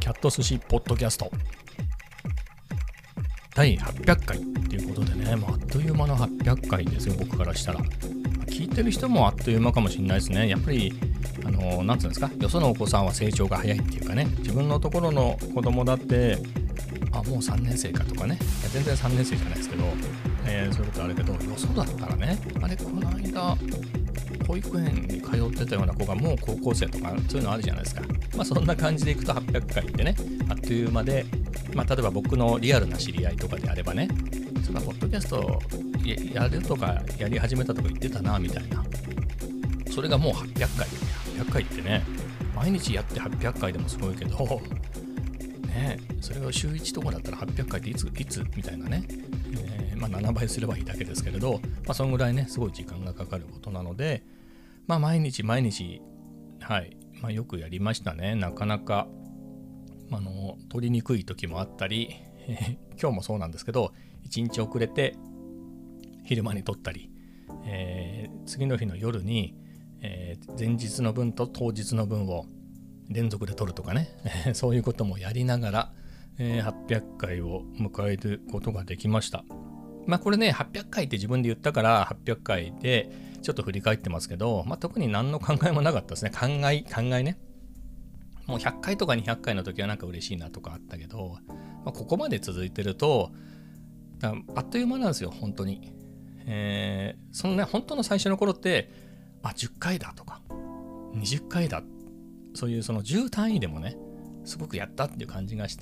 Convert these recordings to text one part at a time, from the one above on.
キャット寿司ポッドキャスト第800回っていうことでね、あっという間の800回ですよ。僕からしたら聞いてる人もあっという間かもしれないですね。やっぱりなんつうんですか、よそのお子さんは成長が早いっていうかね、自分のところの子供だってもう3年生かとかね、全然3年生じゃないですけど、そういうことあるけど、よそだったらね、この間保育園に通ってたような子がもう高校生とかそういうのあるじゃないですか。そんな感じでいくと800回ってね、あっという間で、例えば僕のリアルな知り合いとかであればね、そういえばポッドキャスト やるとかやり始めたとか言ってたなみたいな、それがもう800回ってね、毎日やって800回でもすごいけどね、それが週1とかだったら800回っていつみたいなね、7倍すればいいだけですけれど、そのぐらいねすごい時間がかかることなので、毎日はい、よくやりましたね。なかなか撮りにくい時もあったり、今日もそうなんですけど、1日遅れて昼間に撮ったり、次の日の夜に、前日の分と当日の分を連続で撮るとかねそういうこともやりながら、800回を迎えることができました。これね、800回って自分で言ったから800回でちょっと振り返ってますけど、特に何の考えもなかったですね。考えね。もう100回とか200回の時はなんか嬉しいなとかあったけど、ここまで続いてるとあっという間なんですよ、本当に。そのね、本当の最初の頃って10回だとか20回だ、そういうその10単位でもねすごくやったっていう感じがして、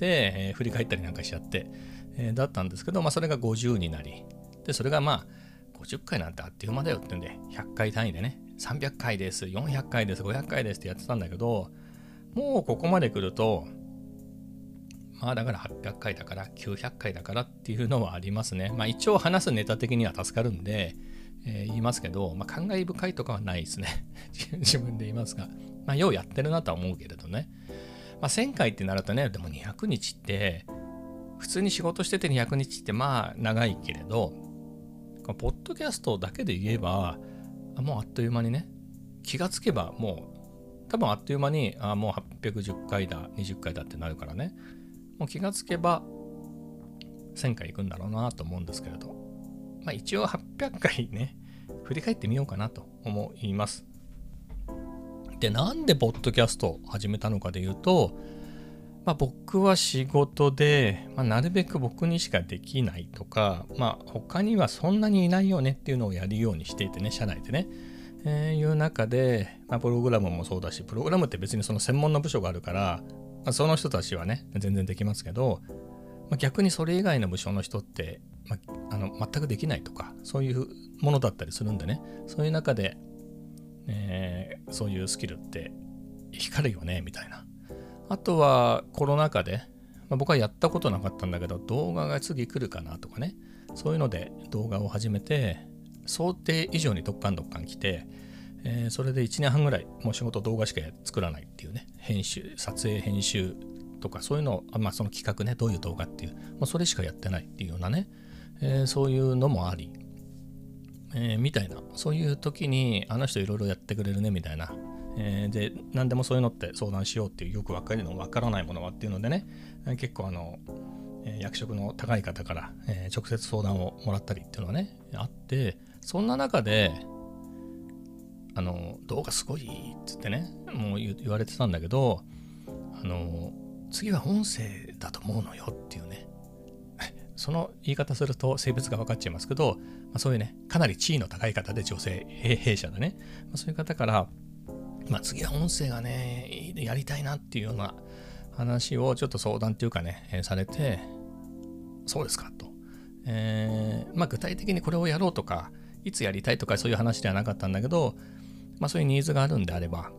振り返ったりなんかしちゃって、だったんですけど、それが50になり、でそれが50回なんてあっという間だよってんで100回単位でね、300回です、400回です、500回ですってやってたんだけど、もうここまで来るとだから800回だから900回だからっていうのはありますね。一応話すネタ的には助かるんで、言いますけど、感慨深いとかはないですね自分で言いますが、ようやってるなとは思うけれどね。1000回ってなるとね、でも200日って普通に仕事してて200日って長いけれど、ポッドキャストだけで言えばもうあっという間にね、気がつけばもう多分あっという間にもう810回だ20回だってなるからね、もう気がつけば1000回いくんだろうなと思うんですけれど、一応800回ね振り返ってみようかなと思います。で、なんでポッドキャストを始めたのかでいうと、僕は仕事で、なるべく僕にしかできないとか、他にはそんなにいないよねっていうのをやるようにしていてね、社内でね、いう中で、プログラムもそうだし、プログラムって別にその専門の部署があるから、その人たちはね全然できますけど、逆にそれ以外の部署の人って、全くできないとかそういうものだったりするんでね、そういう中で、そういうスキルって光るよねみたいな。あとはコロナ禍で、僕はやったことなかったんだけど動画が次来るかなとかね、そういうので動画を始めて想定以上にドッカン来て、それで1年半ぐらいもう仕事動画しか作らないっていうね、撮影編集とかそういうのを、その企画ね、どういう動画っていう、それしかやってないっていうようなね、そういうのもあり、みたいな、そういう時にあの人いろいろやってくれるねみたいな、で何でもそういうのって相談しようっていう、よく分からないものはっていうのでね、結構役職の高い方から、直接相談をもらったりっていうのはねあって、そんな中で動画すごいっつってねもう言われてたんだけど、次は音声だと思うのよっていうねその言い方すると性別が分かっちゃいますけど、そういうねかなり地位の高い方で、女性弊社でね、そういう方から、次は音声がねやりたいなっていうような話をちょっと相談っていうかね、されて、そうですかと、具体的にこれをやろうとかいつやりたいとかそういう話ではなかったんだけど、そういうニーズがあるんであれば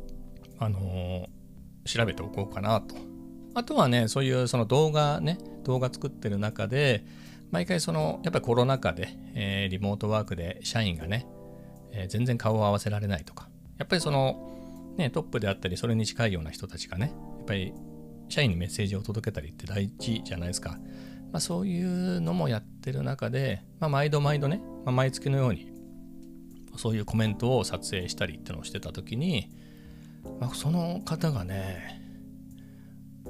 調べておこうかなと。あとはね、そういうその動画作ってる中で毎回やっぱりコロナ禍で、リモートワークで社員がね、全然顔を合わせられないとか、やっぱりトップであったりそれに近いような人たちがね、やっぱり社員にメッセージを届けたりって大事じゃないですか。そういうのもやってる中で、毎度ね、毎月のようにそういうコメントを撮影したりってのをしてた時に、その方がね、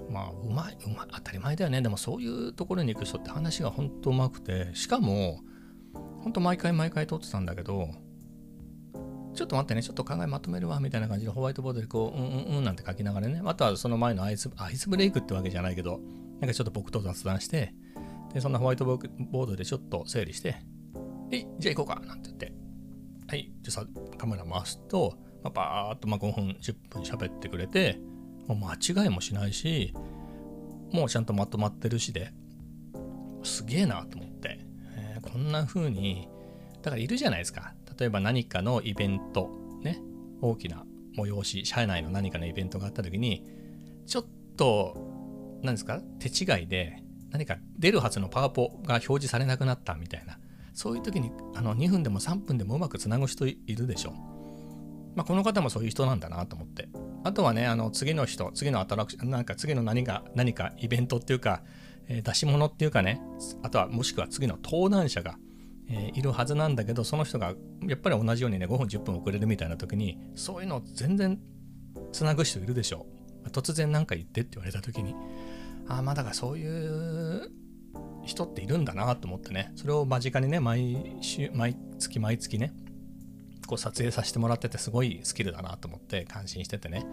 うまい当たり前だよね。でもそういうところに行く人って話が本当うまくて、しかも本当毎回撮ってたんだけど、ちょっと待ってね、ちょっと考えまとめるわみたいな感じでホワイトボードでこうなんて書きながらね、あとはその前のアイスブレイクってわけじゃないけど、なんかちょっと僕と雑談して、でそんなホワイトボードでちょっと整理して、じゃあ行こうかなんて言って、じゃあカメラ回すと、バーっと5分10分喋ってくれて、もう間違いもしないし、もうちゃんとまとまってるしで、すげえなと思って、こんな風にだからいるじゃないですか。例えば何かのイベントね、大きな催し、社内の何かのイベントがあった時に、ちょっと何ですか、手違いで何か出るはずのパワポが表示されなくなったみたいな、そういう時に2分でも3分でもうまくつなぐ人いるでしょ。この方もそういう人なんだなと思って。あとはね、次のアトラクション、なんか次の何かイベントっていうか、出し物っていうかね、あとはもしくは次の登壇者が、いるはずなんだけど、その人がやっぱり同じようにね5分10分遅れるみたいな時に、そういうの全然つなぐ人いるでしょ。突然なんか言ってって言われた時に、だからそういう人っているんだなと思ってね、それを間近にね毎月ねこう撮影させてもらってて、すごいスキルだなと思って感心しててね。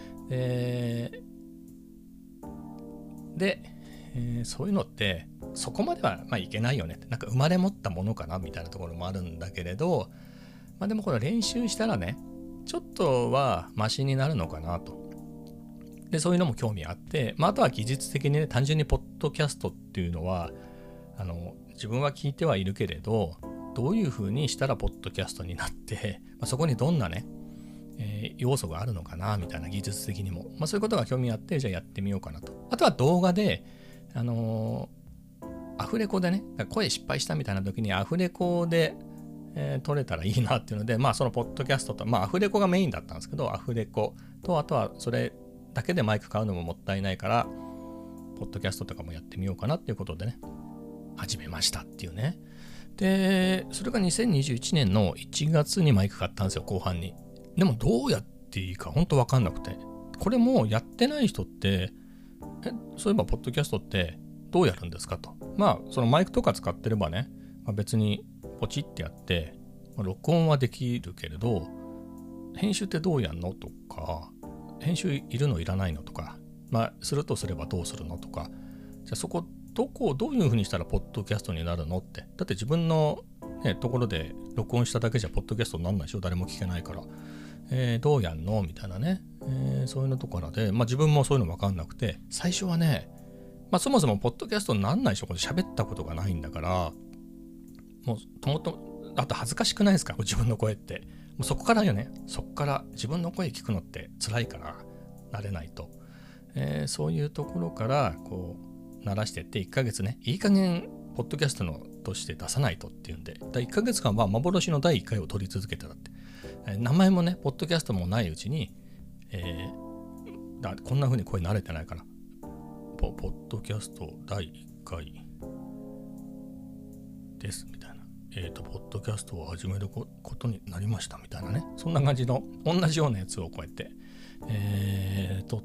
で、そういうのってそこまではいけないよねって、なんか生まれ持ったものかなみたいなところもあるんだけれど、でもこれ練習したらねちょっとはマシになるのかなと。でそういうのも興味あって、あとは技術的にね、単純にポッドキャストっていうのは自分は聞いてはいるけれど、どういう風にしたらポッドキャストになって、そこにどんなね、要素があるのかなみたいな、技術的にも、そういうことが興味あって、じゃあやってみようかなと。あとは動画でアフレコでね、声失敗したみたいな時にアフレコで、撮れたらいいなっていうので、そのポッドキャストと、アフレコがメインだったんですけど、アフレコと、あとはそれだけでマイク買うのももったいないから、ポッドキャストとかもやってみようかなっていうことでね、始めましたっていうね。で、それが2021年の1月にマイク買ったんですよ、後半に。でもどうやっていいか本当分かんなくて。これもやってない人って、そういえばポッドキャストってどうやるんですかと。そのマイクとか使ってればね、別にポチってやって、録音はできるけれど、編集ってどうやんのとか、編集いるのいらないのとか、するとすればどうするのとか、じゃあそこどういう風にしたらポッドキャストになるのって。だって自分の、ところで録音しただけじゃポッドキャストにならないでしょ、誰も聞けないから。どうやんのみたいなね、そういうのところで、自分もそういうの分かんなくて、最初はね、そもそもポッドキャストになんないでしょ、これ喋ったことがないんだから、もうあと恥ずかしくないですか、自分の声って。もうそこからよね、そこから自分の声聞くのって辛いから慣れないと、そういうところからこう慣らしてって1ヶ月ね、いい加減ポッドキャストのとして出さないとっていうんで、1ヶ月間は幻の第1回を取り続けてたって、名前もねポッドキャストもないうちに、こんな風に声慣れてないからポッドキャスト第1回ですみたいな、ポッドキャストを始めることになりましたみたいなね、そんな感じの同じようなやつをこうやって、撮って、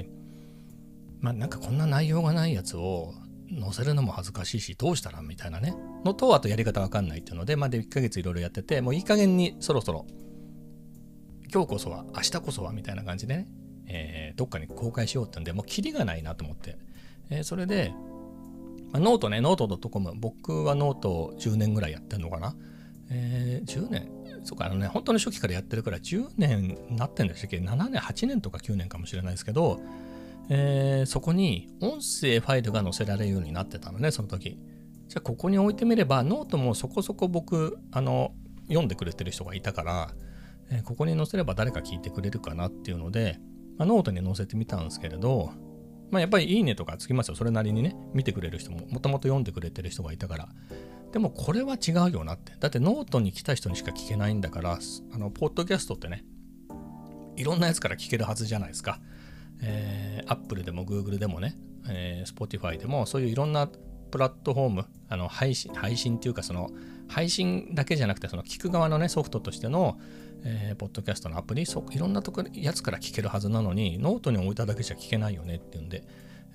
なんかこんな内容がないやつを載せるのも恥ずかしいし、どうしたらみたいなねのと、あとやり方わかんないっていうので、で1ヶ月いろいろやってて、もういい加減にそろそろ今日こそは明日こそはみたいな感じでね、どっかに公開しようってんで、もうキリがないなと思って、それでノートね、ノート .com、 僕はノートを10年ぐらいやってんのかな、10年、そうか本当に初期からやってるから10年なってんでしたっけ、7年8年とか9年かもしれないですけど、そこに音声ファイルが載せられるようになってたのね、その時。じゃあここに置いてみれば、ノートもそこそこ僕読んでくれてる人がいたから、ここに載せれば誰か聞いてくれるかなっていうので、ノートに載せてみたんですけれど、やっぱりいいねとかつきますよ、それなりにね。見てくれる人ももともと読んでくれてる人がいたから。でもこれは違うよなって。だってノートに来た人にしか聞けないんだから、ポッドキャストってね、いろんなやつから聞けるはずじゃないですか。Apple でも Google でもね、Spotify でも、そういういろんなプラットフォーム、配信っていうか、その配信だけじゃなくて、その聞く側のねソフトとしての、ポッドキャストのアプリ、いろんなやつから聞けるはずなのに、ノートに置いただけじゃ聞けないよねっていうんで、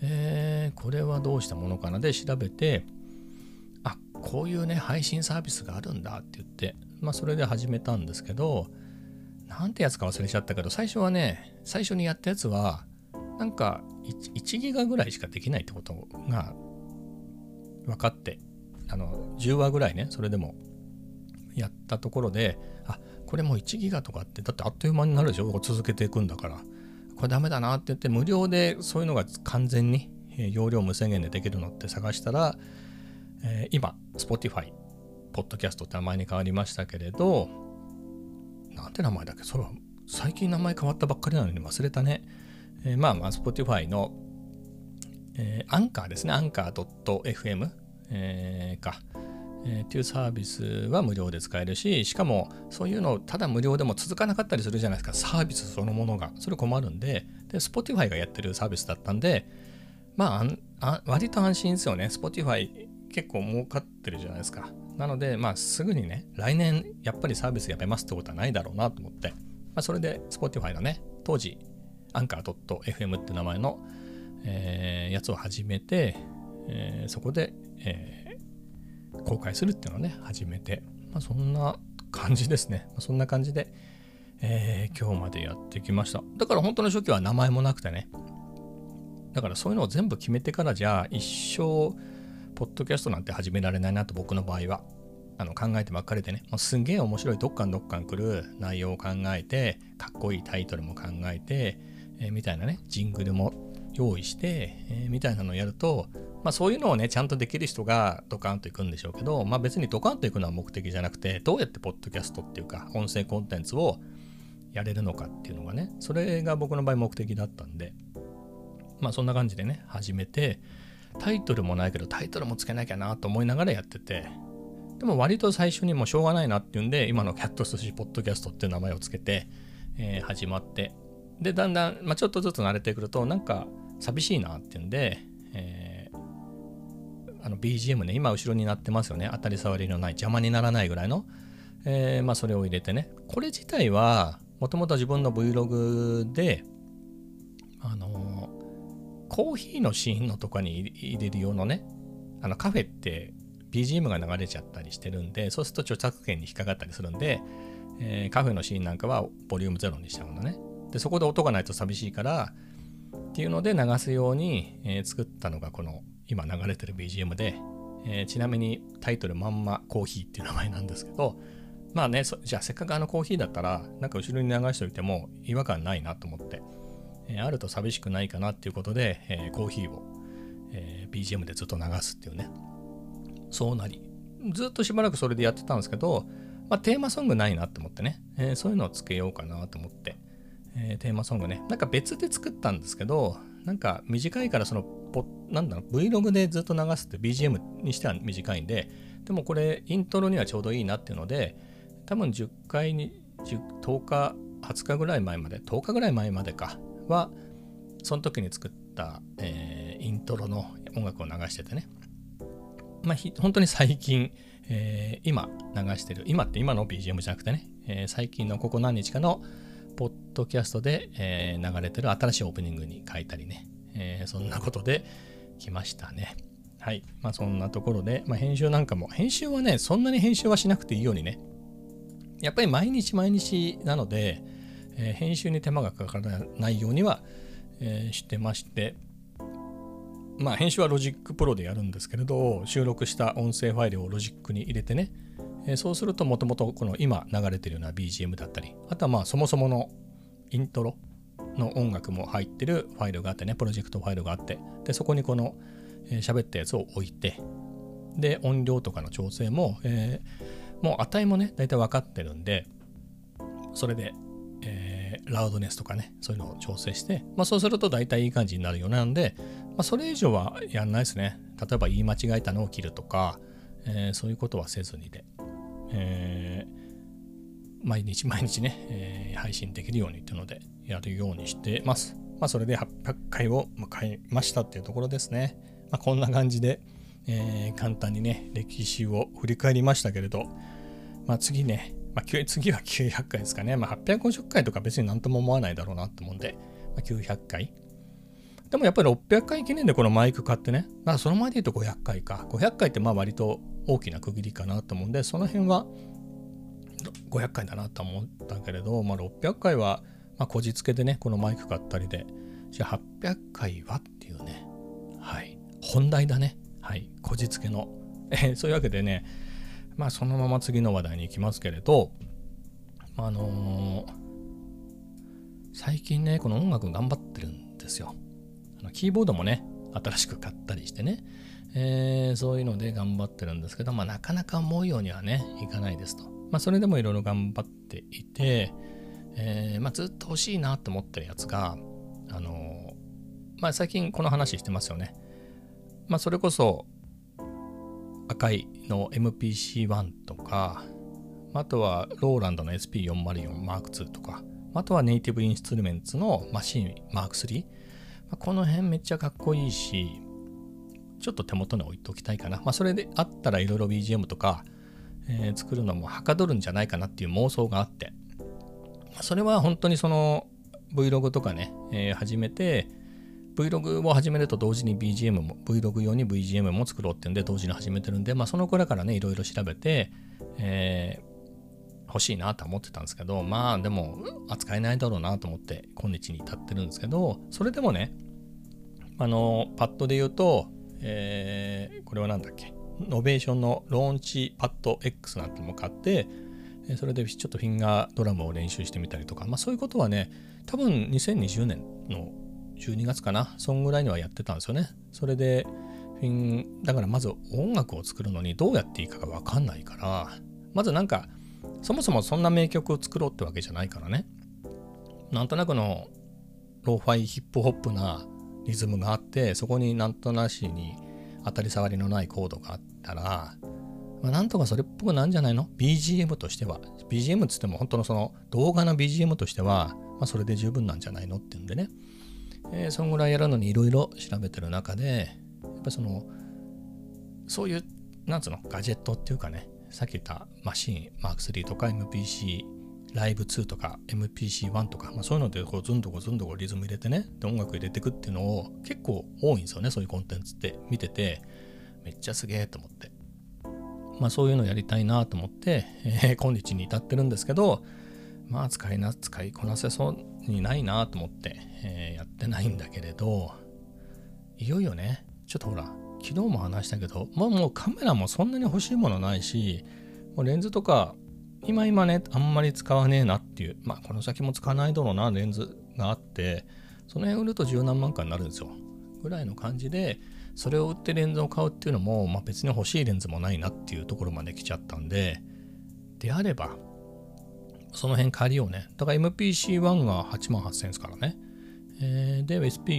これはどうしたものかなで調べて、こういうね配信サービスがあるんだって言って、それで始めたんですけど、なんてやつか忘れちゃったけど、最初にやったやつはなんか 1ギガぐらいしかできないってことが分かって、10話ぐらいねそれでもやったところで、これもう1ギガとかってだってあっという間になるでしょ、続けていくんだから、これダメだなって言って、無料でそういうのが完全に容量無制限でできるのって探したら、今 Spotify ポッドキャストって名前に変わりましたけれど、なんて名前だっけ、それは最近名前変わったばっかりなのに忘れたね。Spotify の、アンカーですね、アンカー .fm、っていうサービスは無料で使えるし、しかもそういうのただ無料でも続かなかったりするじゃないですか、サービスそのものが。それ困るんで、Spotify がやってるサービスだったんで、割と安心ですよね。Spotify 結構儲かってるじゃないですか。なので、すぐにね、来年やっぱりサービスやめますってことはないだろうなと思って、それで Spotify のね、当時、Anchor.fm って名前の、やつを始めて、そこで、公開するっていうのをね、始めて、そんな感じですね。そんな感じで、今日までやってきました。だから本当の初期は名前もなくてね。だからそういうのを全部決めてからじゃあ一生ポッドキャストなんて始められないなと、僕の場合は考えてばっかりでね、すんげえ面白いどっかん来る内容を考えて、かっこいいタイトルも考えて、みたいなね、ジングルも用意して、みたいなのをやると、そういうのをねちゃんとできる人がドカンといくんでしょうけど、別にドカンといくのは目的じゃなくて、どうやってポッドキャストっていうか音声コンテンツをやれるのかっていうのがね、それが僕の場合目的だったんで、そんな感じでね始めて、タイトルもないけどタイトルもつけなきゃなと思いながらやってて、でも割と最初にもうしょうがないなっていうんで、今のキャット寿司ポッドキャストっていう名前をつけて、始まって、でだんだん、ちょっとずつ慣れてくるとなんか寂しいなっていうんで、BGM ね、今後ろになってますよね、当たり障りのない邪魔にならないぐらいの、それを入れてね、これ自体はもともと自分の Vlog でコーヒーのシーンのとかに入れる用のね、カフェって BGM が流れちゃったりしてるんで、そうすると著作権に引っかかったりするんで、カフェのシーンなんかはボリューム0にしちゃうのね。でそこで音がないと寂しいからっていうので流すように、作ったのがこの今流れてる BGM で、ちなみにタイトルまんまコーヒーっていう名前なんですけど、じゃあせっかくコーヒーだったらなんか後ろに流しておいても違和感ないなと思って、あると寂しくないかなっていうことで、コーヒーを、BGM でずっと流すっていうね、そうなりずっとしばらくそれでやってたんですけど、テーマソングないなと思ってね、そういうのをつけようかなと思って、テーマソングね、なんか別で作ったんですけど、なんか短いからVlog でずっと流すって BGM にしては短いんで、でもこれイントロにはちょうどいいなっていうので、多分10回に10日20日ぐらい前まで10日ぐらい前までかはその時に作った、イントロの音楽を流しててね、本当に最近、今流してる、今って今の BGM じゃなくてね、最近のここ何日かのポッドキャストで、流れてる新しいオープニングに書いたりね、そんなことで来ましたね。はい。そんなところで、編集なんかも、編集はね、そんなに編集はしなくていいようにね、やっぱり毎日なので、編集に手間がかからないようには、してまして、編集はロジックプロでやるんですけれど、収録した音声ファイルをロジックに入れてね、そうするともともとこの今流れてるような BGM だったり、あとはそもそものイントロの音楽も入ってるファイルがあってね、プロジェクトファイルがあって、でそこにこの喋ったやつを置いて、で音量とかの調整も、もう値もね大体分かってるんで、それで、ラウドネスとかね、そういうのを調整して、そうすると大体いい感じになるようなんで、それ以上はやんないですね。例えば言い間違えたのを切るとか、そういうことはせずにで、毎日ね、配信できるようにっていうのでやるようにしてます。それで800回を迎えましたっていうところですね。こんな感じで、簡単にね歴史を振り返りましたけれど、次ね、次は900回ですかね。850回とか別になんとも思わないだろうなと思うんで、900回でもやっぱり600回記念でこのマイク買ってね、その前で言うと500回か。500回って割と大きな区切りかなと思うんで、その辺は500回だなと思ったけれど、600回はこじつけでね、このマイク買ったりで、じゃあ800回はっていうね、はい、本題だね。はい、こじつけの。そういうわけでね、そのまま次の話題に行きますけれど、最近ね、この音楽頑張ってるんですよ。キーボードもね、新しく買ったりしてね、そういうので頑張ってるんですけど、なかなか思うようにはね、いかないですと。それでもいろいろ頑張っていて、ずっと欲しいなと思ってるやつが、最近この話してますよね。それこそ、赤いの MPC-1 とか、あとはローランドの SP404M2 とか、あとはネイティブインストゥルメンツのマシン M3。この辺めっちゃかっこいいし、ちょっと手元に置いておきたいかな。それであったらいろいろ BGM とか、作るのもはかどるんじゃないかなっていう妄想があって、それは本当にその Vlog とかね、始めて、Vlog を始めると同時に BGM も Vlog 用に BGM も作ろうっていうんで同時に始めてるんで、その頃からねいろいろ調べて、欲しいなと思ってたんですけど、でも扱えないだろうなと思って今日に至ってるんですけど、それでもね、パッドで言うと、これはなんだっけ、ノベーションのローンチパッド X なんてのも買って、それでちょっとフィンガードラムを練習してみたりとか、そういうことはね、多分2020年の12月かな、そんぐらいにはやってたんですよね。それでだからまず音楽を作るのにどうやっていいかが分かんないから、まずそもそもそんな名曲を作ろうってわけじゃないからね、なんとなくのローファイヒップホップなリズムがあって、そこになんとなしに当たり障りのないコードがあったら、なんとかそれっぽくなんじゃないの？ BGM としては。BGM つっても本当のその動画の BGM としては、それで十分なんじゃないのっていうんでね。そんぐらいやるのにいろいろ調べてる中で、やっぱそういう、ガジェットっていうかね、さっき言ったマシン M3 とか MPC ライブ2とか MPC-1 とか、そういうのでずんどこリズム入れてね、で音楽入れていくっていうのを結構多いんですよね。そういうコンテンツって見ててめっちゃすげえと思って、そういうのやりたいなと思って、今日に至ってるんですけど、使いこなせそうにないなと思って、やってないんだけれど、いよいよね、ちょっとほら昨日も話したけど、もうカメラもそんなに欲しいものないし、もうレンズとか今ねあんまり使わねえなっていう、この先も使わないだろうなレンズがあって、その辺売ると十何万かになるんですよぐらいの感じで、それを売ってレンズを買うっていうのも、別に欲しいレンズもないなっていうところまで来ちゃったんで、であればその辺借りようね。だから MPC-1 が8万8000円ですからね、で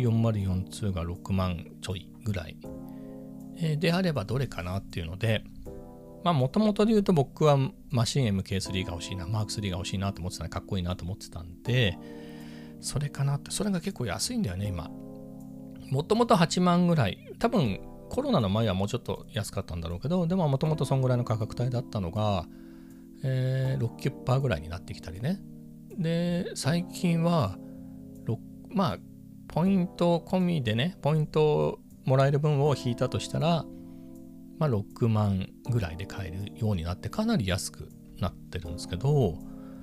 SP404-2 が6万ちょいぐらい、であればどれかなっていうので、もともとで言うと僕はマシン MK3 が欲しいな、マーク3が欲しいなと思ってたね、かっこいいなと思ってたんで、それかなって。それが結構安いんだよね今。もともと8万ぐらい、多分コロナの前はもうちょっと安かったんだろうけど、でももともとそんぐらいの価格帯だったのが、6-9% ぐらいになってきたりね。で最近はポイント込みでね、ポイントもらえる分を引いたとしたら、6万ぐらいで買えるようになってかなり安くなってるんですけど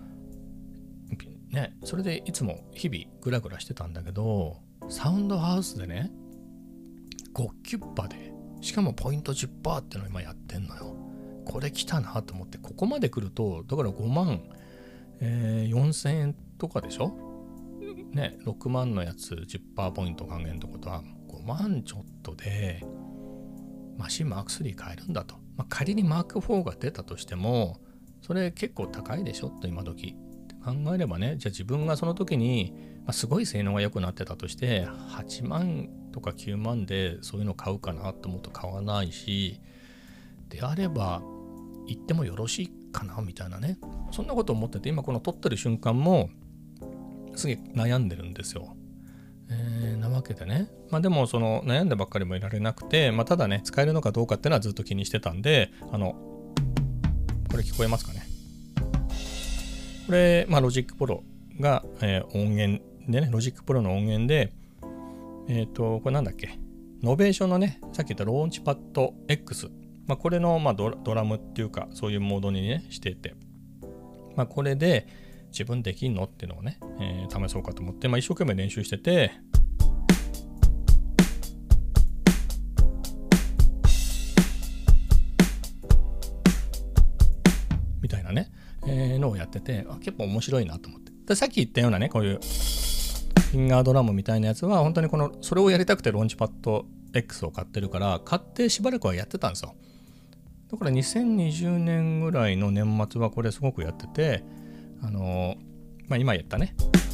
ね、それでいつも日々グラグラしてたんだけど、サウンドハウスでね5-9% で、しかもポイント 10% ってのを今やってんのよ。これ来たなと思って、ここまで来るとだから5万、4000円とかでしょね。6万のやつ 10% ポイント還元ってことは5万ちょっとでマシンマーク3買えるんだと。仮にマーク4が出たとしてもそれ結構高いでしょと今時考えればね、じゃあ自分がその時に、すごい性能が良くなってたとして8万とか9万でそういうの買うかなと思うと買わないし、であれば言ってもよろしいかなみたいなね、そんなこと思ってて、今この撮ってる瞬間もすげえ悩んでるんですよ。なわけでね、でもその悩んでばっかりもいられなくて、ただね使えるのかどうかっていうのはずっと気にしてたんで、これ聞こえますかね。これロジックプロが、音源でね、ロジックプロの音源で、 これなんだっけ、ノベーションのね、さっき言ったローンチパッド X、これのドラムっていうかそういうモードにねしてて、これで自分できんのっていうのをね、試そうかと思って、一生懸命練習してて、みたいなね、のをやってて、結構面白いなと思って。でさっき言ったようなね、こういうフィンガードラムみたいなやつは本当にそれをやりたくてローンチパッド X を買ってるから、買ってしばらくはやってたんですよ。だから2020年ぐらいの年末はこれすごくやってて、今言ったね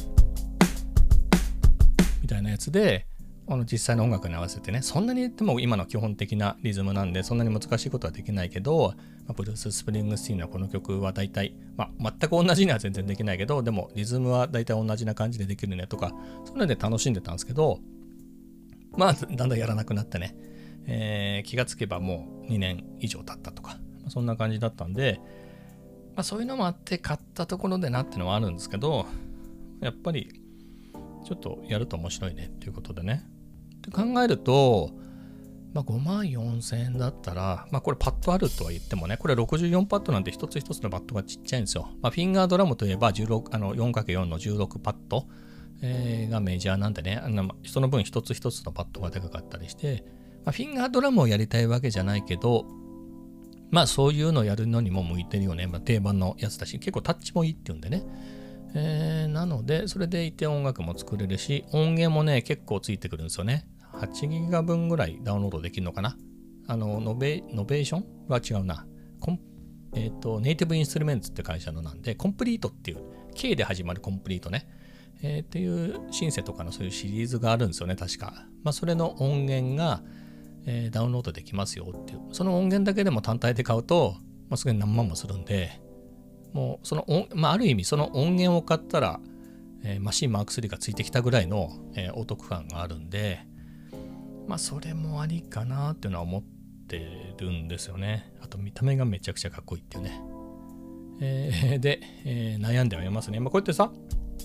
みたいなやつで実際の音楽に合わせてね、そんなに言っても今の基本的なリズムなんでそんなに難しいことはできないけど、ブルース・スプリングスティーンのこの曲は大体、全く同じには全然できないけど、でもリズムは大体同じな感じでできるねとか、そういうので楽しんでたんですけど、だんだんやらなくなってね、気がつけばもう2年以上経ったとか、そんな感じだったんで、そういうのもあって買ったところでなってのはあるんですけど、やっぱりちょっとやると面白いねっていうことでね。って考えると、54,000円だったら、これパッドあるとは言ってもね、これ64パッドなんて一つ一つのパッドがちっちゃいんですよ。フィンガードラムといえば 4×4 の16パッド、がメジャーなんでね、その分一つ一つのパッドがでかかったりして、フィンガードラムをやりたいわけじゃないけど、そういうのをやるのにも向いてるよね。定番のやつだし、結構タッチもいいっていうんでね。なので、それでいて音楽も作れるし、音源もね、結構ついてくるんですよね。8ギガ分ぐらいダウンロードできるのかな。ノベーションは違うな。ネイティブインストゥルメンツって会社のなんで、コンプリートっていう、K で始まるコンプリートね。っていうシンセとかのそういうシリーズがあるんですよね、確か。それの音源が、ダウンロードできますよっていう。その音源だけでも単体で買うと、すぐに何万もするんで、もうある意味その音源を買ったら、マシンマーク3がついてきたぐらいの、お得感があるんで、それもありかなっていうのは思ってるんですよね。あと見た目がめちゃくちゃかっこいいっていうね。で、悩んではいますね。こうやってさ、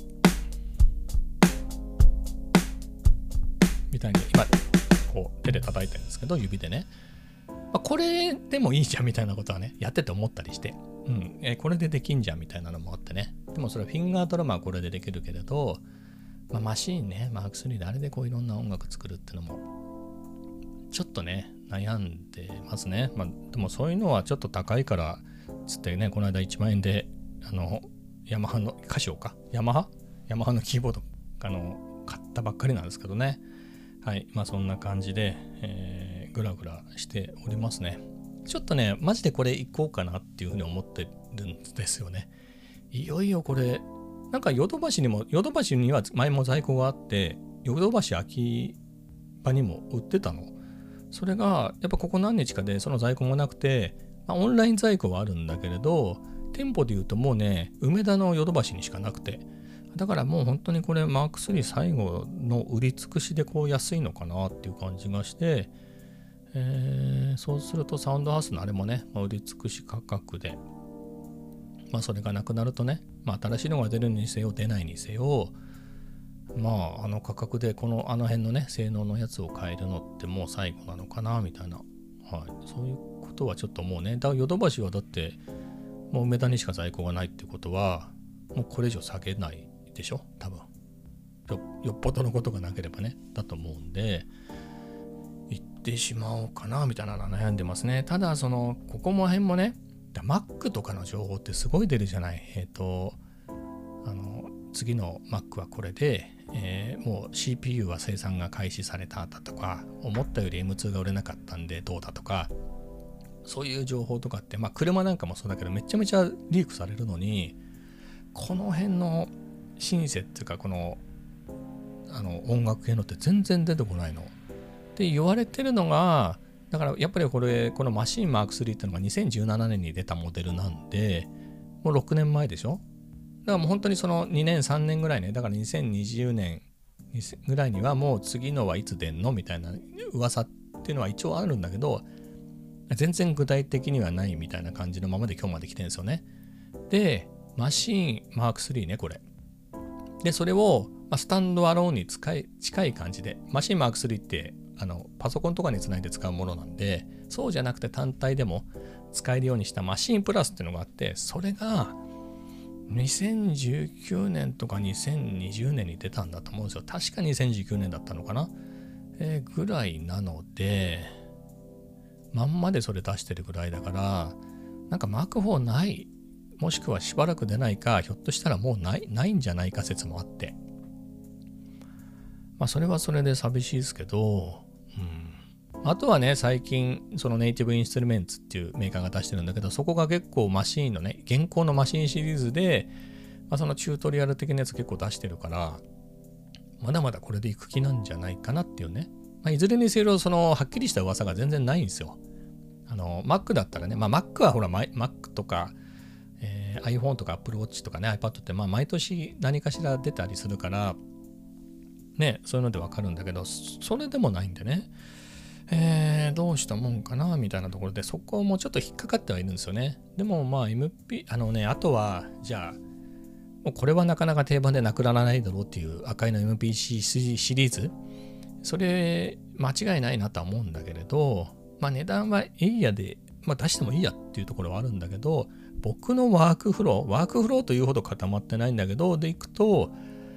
みたいに今こう手で叩いてるんですけど、指でね、これでもいいじゃんみたいなことはね、やってて思ったりして、これでできんじゃんみたいなのもあってね。でもそれはフィンガードラムはこれでできるけれど、マシーンね、マーク3であれでこういろんな音楽作るっていうのもちょっとね悩んでますね。でもそういうのはちょっと高いからつってね、この間1万円でヤマハのヤマハのキーボード買ったばっかりなんですけどね。はい、そんな感じで、グラグラしておりますね。ちょっとね、マジでこれいこうかなっていうふうに思ってるんですよね。いよいよこれ、なんかヨドバシには前も在庫があって、ヨドバシ秋葉にも売ってたの。それが、やっぱここ何日かでその在庫もなくて、オンライン在庫はあるんだけれど、店舗で言うともうね、梅田のヨドバシにしかなくて、だからもう本当にこれマーク3最後の売り尽くしでこう安いのかなっていう感じがして、そうするとサウンドハウスのあれもね、売り尽くし価格で、それがなくなるとね、新しいのが出るにせよ出ないにせよ、あの価格であの辺のね性能のやつを買えるのってもう最後なのかなみたいな、そういうことはちょっともうね、ヨドバシはだってもう梅田にしか在庫がないってことはもうこれ以上下げないでしょ多分。よっぽどのことがなければねだと思うんで、行ってしまおうかなみたいなのは悩んでますね。ただここも辺もね、Mac とかの情報ってすごい出るじゃない。次の Mac はこれで、もう CPU は生産が開始されただとか、思ったより M2 が売れなかったんでどうだとか、そういう情報とかって、車なんかもそうだけどめちゃめちゃリークされるのに、この辺のシンセっていうか音楽系のって全然出てこないのって言われてるのが、だからやっぱりこのマシンマーク3っていうのが2017年に出たモデルなんで、もう6年前でしょ。だからもう本当にその2年3年ぐらいね、だから2020年ぐらいにはもう次のはいつ出んのみたいな噂っていうのは一応あるんだけど、全然具体的にはないみたいな感じのままで今日まで来てるんですよね。で、マシンマーク3ね、これ。で、それをスタンドアローンに近い感じで、マシンマーク3ってパソコンとかにつないで使うものなんで、そうじゃなくて単体でも使えるようにしたマシンプラスっていうのがあって、それが2019年とか2020年に出たんだと思うんですよ。確か2019年だったのかな、ぐらいなので、まんまでそれ出してるぐらいだから、なんか Mark4 ない、もしくはしばらく出ないか、ひょっとしたらもうないんじゃないか説もあって、それはそれで寂しいですけど、あとはね、最近そのネイティブインストゥルメンツっていうメーカーが出してるんだけど、そこが結構マシーンのね、現行のマシーンシリーズで、そのチュートリアル的なやつ結構出してるから、まだまだこれでいく気なんじゃないかなっていうね。いずれにせよそのはっきりした噂が全然ないんですよ。Mac だったらね、Mac はほら Mac とか、iPhone とか Apple Watch とかね iPad って毎年何かしら出たりするからね、そういうのでわかるんだけど、それでもないんでね、どうしたもんかなみたいなところで、そこもちょっと引っかかってはいるんですよね。でもMP あとはじゃあもうこれはなかなか定番でなくならないだろうっていう赤いの MPC シリーズ、それ間違いないなとは思うんだけれど、値段はいいやで、出してもいいやっていうところはあるんだけど、僕のワークフローというほど固まってないんだけど、でいくと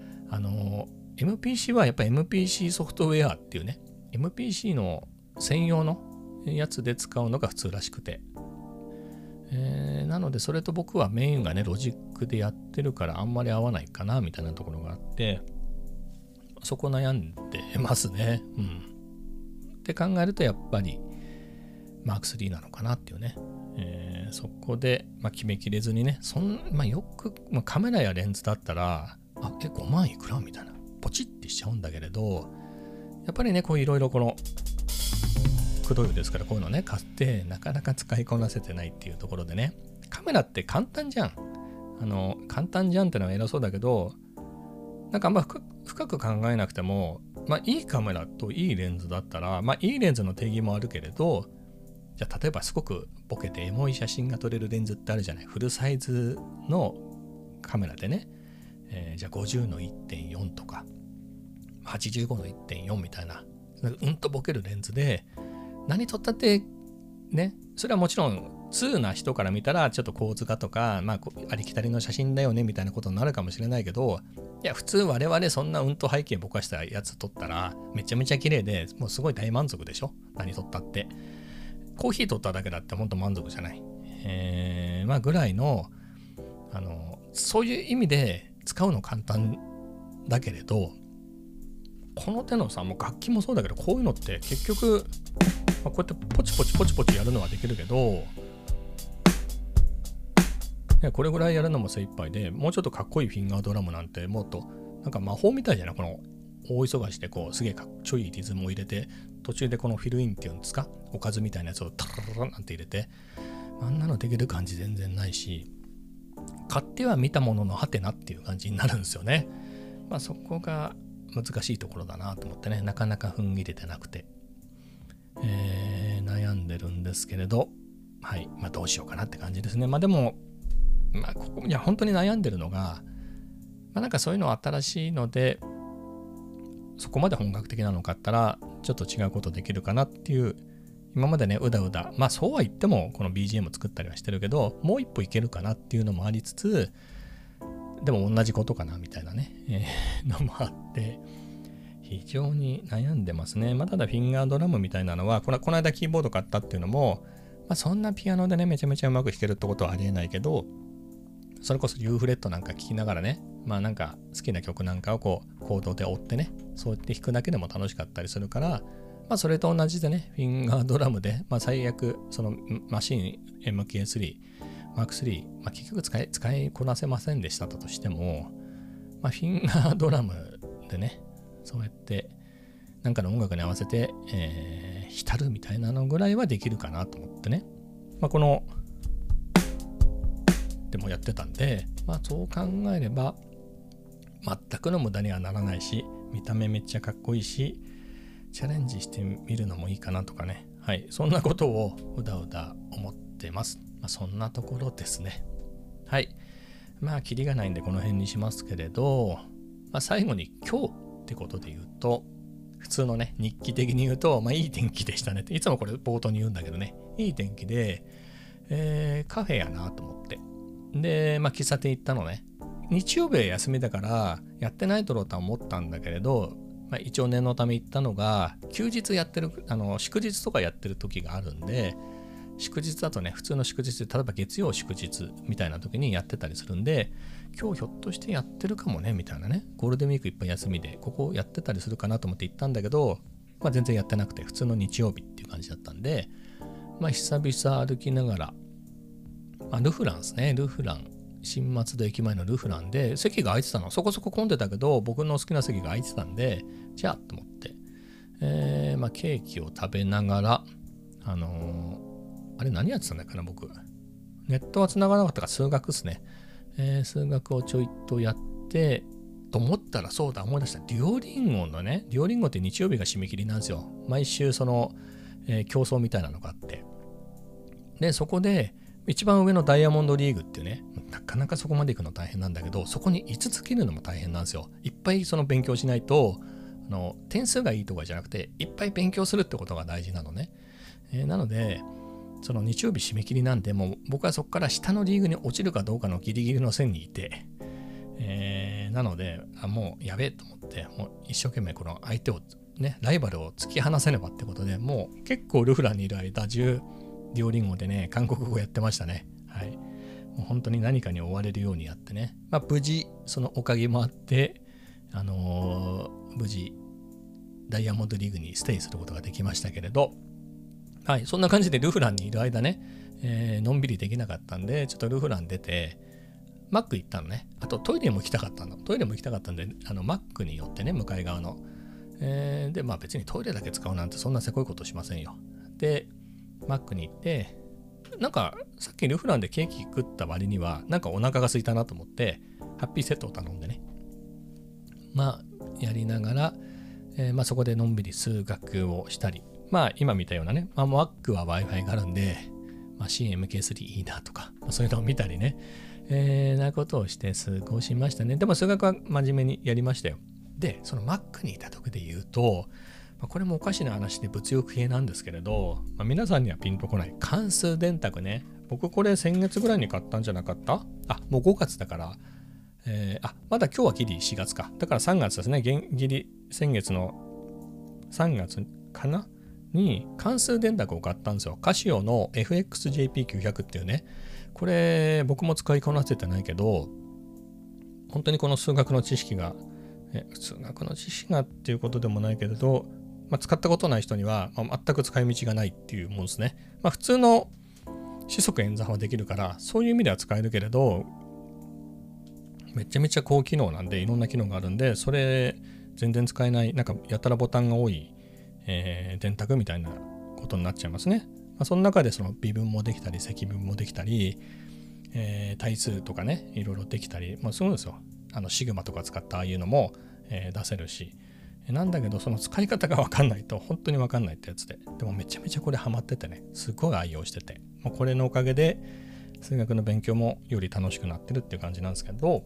MPC はやっぱり MPC ソフトウェアっていうね、MPC の専用のやつで使うのが普通らしくて、なのでそれと僕はメインがねロジックでやってるからあんまり合わないかなみたいなところがあって、そこ悩んでますね。って考えるとやっぱり Mark3 なのかなっていうね、そこで、決めきれずにね、よく、カメラやレンズだったら5万いくらみたいなポチッてしちゃうんだけれど、やっぱりねこういろいろこのくどいですから、こういうのね買ってなかなか使いこなせてないっていうところでね、カメラって簡単じゃん。簡単じゃんってのは偉そうだけど、なんかあんま深く考えなくても、いいカメラといいレンズだったら、いいレンズの定義もあるけれど、じゃあ例えばすごくボケてエモい写真が撮れるレンズってあるじゃない。フルサイズのカメラでね、じゃあ50の 1.4 とか85の 1.4 みたいなとボケるレンズで何撮ったってね、それはもちろん通な人から見たらちょっと構図画とか、ありきたりの写真だよねみたいなことになるかもしれないけど、いや普通我々そんな背景ぼかしたやつ撮ったらめちゃめちゃ綺麗でもうすごい大満足でしょ。何撮ったって、コーヒー撮っただけだって本当満足じゃない、ぐらいのそういう意味で使うの簡単だけれど、この手のさ、もう楽器もそうだけど、こういうのって結局、こうやってポチポチやるのはできるけど、これぐらいやるのも精一杯で、もうちょっとかっこいいフィンガードラムなんてもっとなんか魔法みたいじゃない。この大忙しでこうすげえかっちょいいリズムを入れて、途中でこのフィルインっていうんですか、おかずみたいなやつをタラララなんて入れて、あんなのできる感じ全然ないし、買っては見たもののハテナっていう感じになるんですよね。そこが難しいところだなと思ってね、なかなか踏ん切れてなくて、悩んでるんですけれど、はい、どうしようかなって感じですね。でも、ここいや本当に悩んでるのが、なんかそういうの新しいので、そこまで本格的なのかったらちょっと違うことできるかなっていう、今までねうだうだ、そうは言ってもこの BGM 作ったりはしてるけど、もう一歩いけるかなっていうのもありつつ、でも同じことかなみたいなね、のもあって非常に悩んでますね。ただフィンガードラムみたいなのはこの間キーボード買ったっていうのも、そんなピアノでねめちゃめちゃうまく弾けるってことはありえないけど、それこそ U フレットなんか聴きながらね、なんか好きな曲なんかをこうコードで追ってね、そうやって弾くだけでも楽しかったりするから、それと同じでねフィンガードラムで、最悪そのマシン MK3、Mark3、結局使いこなせませんでしたとしても、フィンガードラムでね、そうやってなんかの音楽に合わせて、浸るみたいなのぐらいはできるかなと思ってね、このでもやってたんで、そう考えれば全くの無駄にはならないし、見た目めっちゃかっこいいし、チャレンジしてみるのもいいかなとかね、はい、そんなことをうだうだ思ってます。そんなところですね。はい、キリがないんでこの辺にしますけれど、 最後に今日ってことで言うと、普通のね、日記的に言うと、いい天気でしたねって、いつもこれ冒頭に言うんだけどね、いい天気で、カフェやなと思って。で、喫茶店行ったのね。日曜日は休みだからやってないだろうとは思ったんだけれど、一応念のため行ったのが、休日やってる、祝日とかやってる時があるんで、祝日だとね、普通の祝日で、例えば月曜祝日みたいな時にやってたりするんで、今日ひょっとしてやってるかもねみたいなね、ゴールデンウィークいっぱい休みでここやってたりするかなと思って行ったんだけど、全然やってなくて普通の日曜日っていう感じだったんで、久々歩きながら、ルフランですね、ルフラン、新松戸駅前のルフランで席が空いてたの。そこそこ混んでたけど僕の好きな席が空いてたんで、じゃあと思って、ケーキを食べながら、あれ何やってたんだっけな、僕ネットは繋がらなかったから数学ですね。数学をちょいとやってと思ったら、そうだ思い出した、デュオリンゴのね、デュオリンゴって日曜日が締め切りなんですよ。毎週その、競争みたいなのがあって、でそこで一番上のダイヤモンドリーグっていうね、なかなかそこまで行くの大変なんだけど、そこに5つ切るのも大変なんですよ。いっぱいその勉強しないと、点数がいいとかじゃなくて、いっぱい勉強するってことが大事なのね。なのでその日曜日締め切りなんで、もう僕はそこから下のリーグに落ちるかどうかのギリギリの線にいて、なのでもうやべえと思って、もう一生懸命この相手をね、ライバルを突き放せねばってことで、もう結構ルフランにいる間中デュオリンゴでね、韓国語やってましたね。はい。もう本当に何かに追われるようにやってね、無事そのおかげもあって、無事ダイヤモンドリーグにステイすることができましたけれど、はい、そんな感じでルフランにいる間ね、のんびりできなかったんで、ちょっとルフラン出てマック行ったのね。あとトイレも行きたかったんで、マックに寄ってね、向かい側の、で別にトイレだけ使うなんてそんなせこいことしませんよ。でマックに行って、なんかさっきルフランでケーキ食った割にはなんかお腹が空いたなと思ってハッピーセットを頼んでね、やりながら、そこでのんびり数学をしたり、今見たようなね、Mac は Wi-Fi があるんで、CMK3 いいなとか、そういうのを見たりね、なことをして過ごしましたね。でも数学は真面目にやりましたよ。で、その Mac にいた時で言うと、これもおかしな話で物欲系なんですけれど、皆さんにはピンとこない関数電卓ね。僕これ先月ぐらいに買ったんじゃなかった？もう5月だから、まだ今日はギリ4月か。だから3月ですね。ギリ先月の3月かなに関数電卓を買ったんですよ。カシオの FXJP900 っていうね。これ僕も使いこなせてないけど、本当にこの数学の知識が、数学の知識がっていうことでもないけれど、使ったことない人には、全く使い道がないっていうものですね。普通の四則演算はできるから、そういう意味では使えるけれど、めちゃめちゃ高機能なんで、いろんな機能があるんで、それ全然使えない、なんかやたらボタンが多い、電卓みたいなことになっちゃいますね。その中でその微分もできたり積分もできたり、対数とかね、いろいろできたり、そうですよ。シグマとか使ったああいうのも、出せるし、なんだけどその使い方が分かんないと本当に分かんないってやつで、でもめちゃめちゃこれハマっててね、すごい愛用してて、これのおかげで数学の勉強もより楽しくなってるっていう感じなんですけど、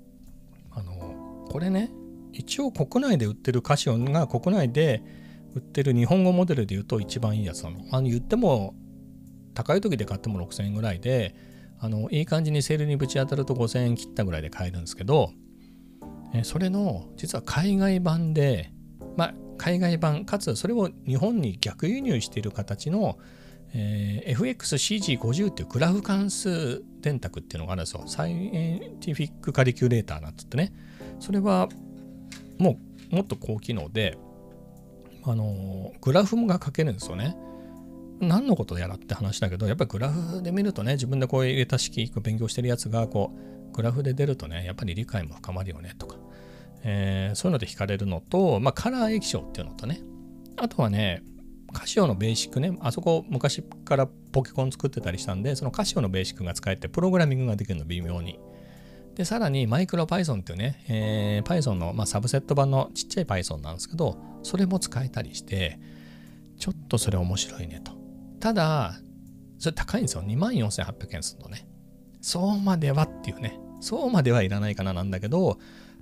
これね、一応国内で売ってるカシオが国内で売ってる日本語モデルで言うと一番いいやつなの。言っても高い時で買っても6000円ぐらいで、いい感じにセールにぶち当たると5000円切ったぐらいで買えるんですけど、それの実は海外版で、海外版かつそれを日本に逆輸入している形の、FXCG50 っていうグラフ関数電卓っていうのがあるんですよ。サイエンティフィックカリキュレーターなんつってね。それはもっと高機能で、グラフが書けるんですよね。何のことやらって話だけど、やっぱりグラフで見るとね、自分でこう入れた式勉強してるやつがこうグラフで出るとね、やっぱり理解も深まるよねとか、そういうので惹かれるのと、カラー液晶っていうのとね、あとはね、カシオのベーシックね、あそこ昔からポケコン作ってたりしたんで、そのカシオのベーシックが使えてプログラミングができるの、微妙に。で、さらにマイクロ Python っていうね、Python の、サブセット版のちっちゃい Python なんですけど、それも使えたりして、ちょっとそれ面白いねと。ただ、それ高いんですよ。24,800円するのね。そうまではっていうね。そうまではいらないかななんだけど、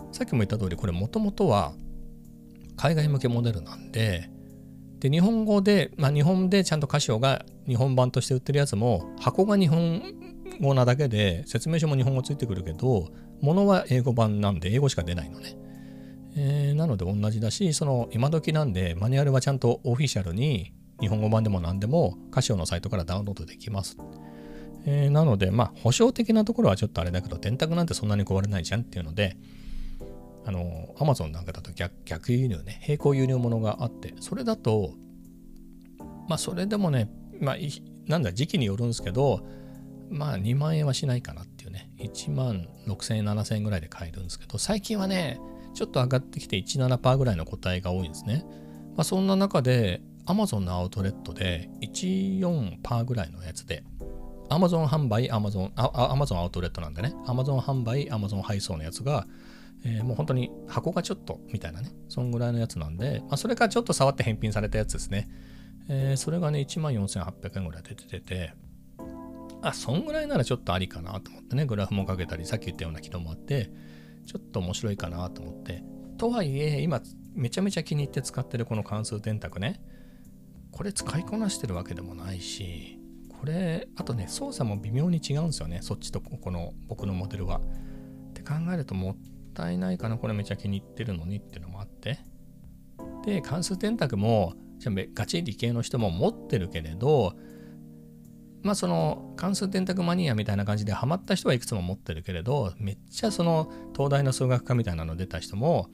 さっきも言った通り、これもともとは海外向けモデルなんで、日本語で、日本でちゃんとカシオが日本版として売ってるやつも、箱が日本語なだけで、説明書も日本語ついてくるけど、物は英語版なんで、英語しか出ないのね。なので同じだし、その今時なんで、マニュアルはちゃんとオフィシャルに、日本語版でも何でも、カシオのサイトからダウンロードできます。なので、保証的なところはちょっとあれだけど、電卓なんてそんなに壊れないじゃんっていうので、Amazon なんかだと逆輸入ね、並行輸入ものがあって、それだと、それでもね、時期によるんですけど、2万円はしないかなっていうね、1万6000円、7000円ぐらいで買えるんですけど、最近はね、ちょっと上がってきて 1.7% ぐらいの個体が多いんですね。そんな中で、Amazon のアウトレットで 1.4% ぐらいのやつで、Amazon 販売、Amazon アウトレットなんでね、Amazon 販売、Amazon 配送のやつが、もう本当に箱がちょっとみたいなね、そんぐらいのやつなんで、それからちょっと触って返品されたやつですね。それがね、14,800円ぐらい出てて、そんぐらいならちょっとありかなと思ってね、グラフもかけたり、さっき言ったような機能もあって、ちょっと面白いかなと思って。とはいえ、今、めちゃめちゃ気に入って使ってるこの関数電卓ね、これ使いこなしてるわけでもないし、これ、あとね、操作も微妙に違うんですよね、そっちとこの僕のモデルは。って考えるともったいないかな、これめちゃ気に入ってるのにっていうのもあって。で、関数電卓も、ガチ理系の人も持ってるけれど、その関数電卓マニアみたいな感じでハマった人はいくつも持ってるけれど、めっちゃその東大の数学科みたいなの出た人も、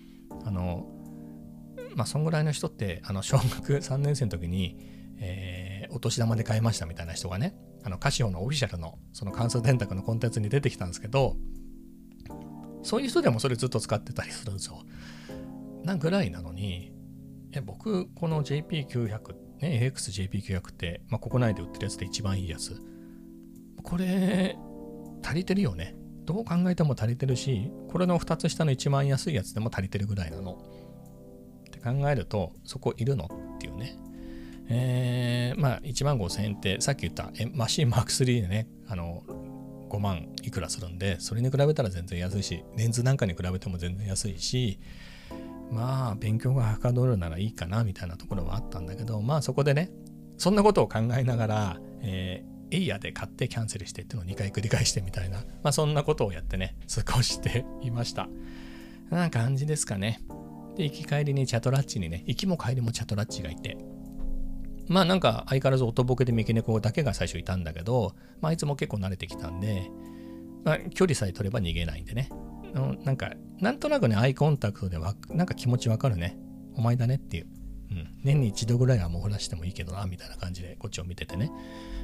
そんぐらいの人って、小学3年生の時に、お年玉で買いましたみたいな人がね、カシオのオフィシャルのその関数電卓のコンテンツに出てきたんですけど、そういう人でもそれずっと使ってたりするんですよ。なぐらいなのに、僕、この JP900、ね、AXJP900 って、国内で売ってるやつで一番いいやつ。これ、足りてるよね。どう考えても足りてるし、これの2つ下の一番安いやつでも足りてるぐらいなの。って考えると、そこいるのっていうね。15,000円って、さっき言ったマシンマーク3でね、5万いくらするんで、それに比べたら全然安いし、レンズなんかに比べても全然安いし、勉強がはかどるならいいかなみたいなところはあったんだけど、そこでね、そんなことを考えながら、エイヤで買ってキャンセルしてっていうのを2回繰り返してみたいな、そんなことをやってね、過ごしていました。な感じですかね。で、行き帰りにチャトラッチにね、行きも帰りもチャトラッチがいて、相変わらず音ボケで三毛猫だけが最初いたんだけど、あいつも結構慣れてきたんで、距離さえ取れば逃げないんでね。なんとなくね、アイコンタクトで気持ちわかるね。お前だねっていう。年に一度ぐらいはもうらしてもいいけどな、みたいな感じでこっちを見ててね。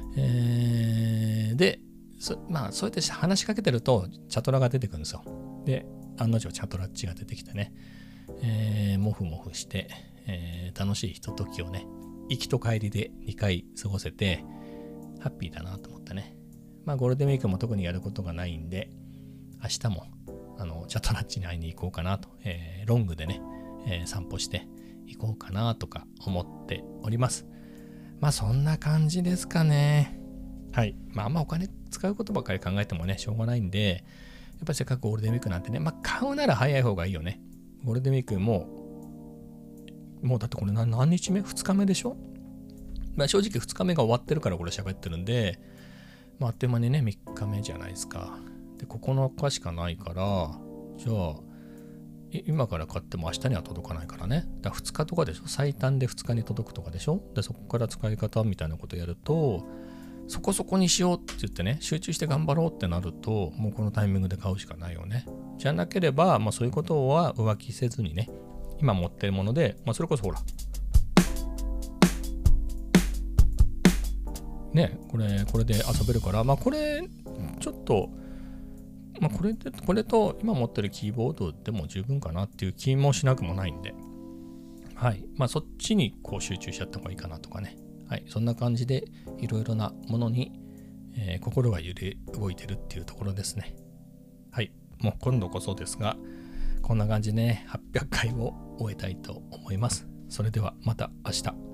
で、そうやって話しかけてると、チャトラが出てくるんですよ。で、案の定チャトラッチが出てきてね、モフモフして、楽しいひとときをね、行きと帰りで2回過ごせて、ハッピーだなと思ってね。ゴールデンウィークも特にやることがないんで、明日もチャトラッチに会いに行こうかなと、ロングでね、散歩して行こうかなとか思っております。そんな感じですかね。はい。あんまお金使うことばっかり考えてもね、しょうがないんで、やっぱりせっかくゴールデンウィークなんてね、買うなら早い方がいいよね。ゴールデンウィークもうだってこれ何日目 ?2 日目でしょ？正直2日目が終わってるからこれ喋ってるんで、あっという間にね、3日目じゃないですか。で、9日しかないから、じゃあ、今から買っても明日には届かないからね。だから2日とかでしょ？最短で2日に届くとかでしょ？で、そこから使い方みたいなことやると、そこそこにしようって言ってね、集中して頑張ろうってなると、もうこのタイミングで買うしかないよね。じゃなければ、そういうことは浮気せずにね、今持ってるもので、それこそほら、ね、これで遊べるから、これ、ちょっと、これと今持ってるキーボードでも十分かなっていう気もしなくもないんで、はい。そっちに集中しちゃった方がいいかなとかね。はい。そんな感じで、いろいろなものに、心が揺れ動いてるっていうところですね。はい。もう今度こそですが、こんな感じでね、800回を終えたいと思います。それではまた明日。